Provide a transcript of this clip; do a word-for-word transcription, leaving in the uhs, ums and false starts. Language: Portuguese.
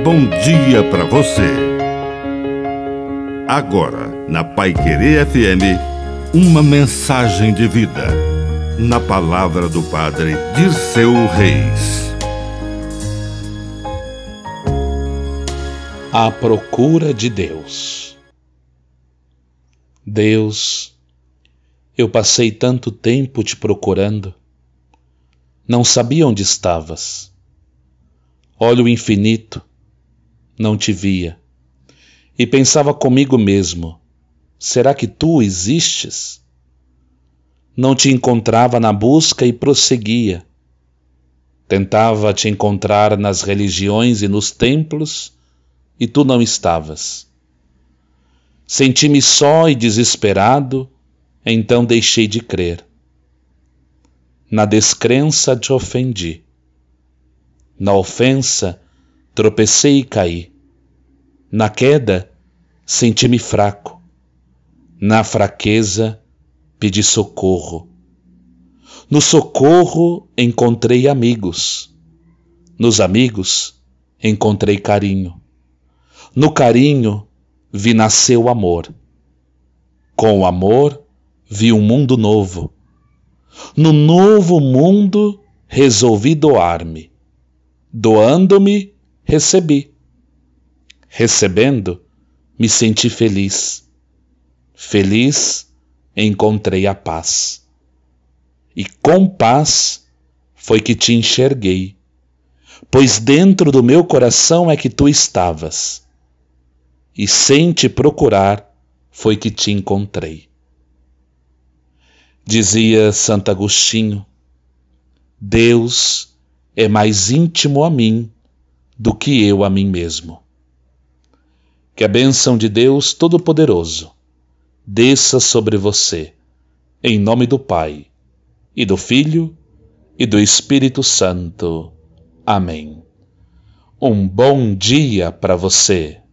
bom dia para você. Agora, na Paiquerê F M, uma mensagem de vida. Na palavra do Padre Dirceu Reis. À procura de Deus. Deus, eu passei tanto tempo te procurando. Não sabia onde estavas. Olho o infinito, não te via. E pensava comigo mesmo, será que tu existes? Não te encontrava na busca e prosseguia. Tentava te encontrar nas religiões e nos templos, e tu não estavas. Senti-me só e desesperado, então deixei de crer. Na descrença te ofendi. Na ofensa, tropecei e caí. Na queda, senti-me fraco. Na fraqueza, pedi socorro. No socorro, encontrei amigos. Nos amigos, encontrei carinho. No carinho, vi nascer o amor. Com o amor, vi um mundo novo. No novo mundo, resolvi doar-me. Doando-me, recebi. Recebendo, me senti feliz. Feliz, encontrei a paz. E com paz foi que te enxerguei, pois dentro do meu coração é que tu estavas. E sem te procurar foi que te encontrei. Dizia Santo Agostinho, Deus é mais íntimo a mim do que eu a mim mesmo. Que a bênção de Deus Todo-Poderoso desça sobre você, em nome do Pai, e do Filho, e do Espírito Santo. Amém. Um bom dia para você.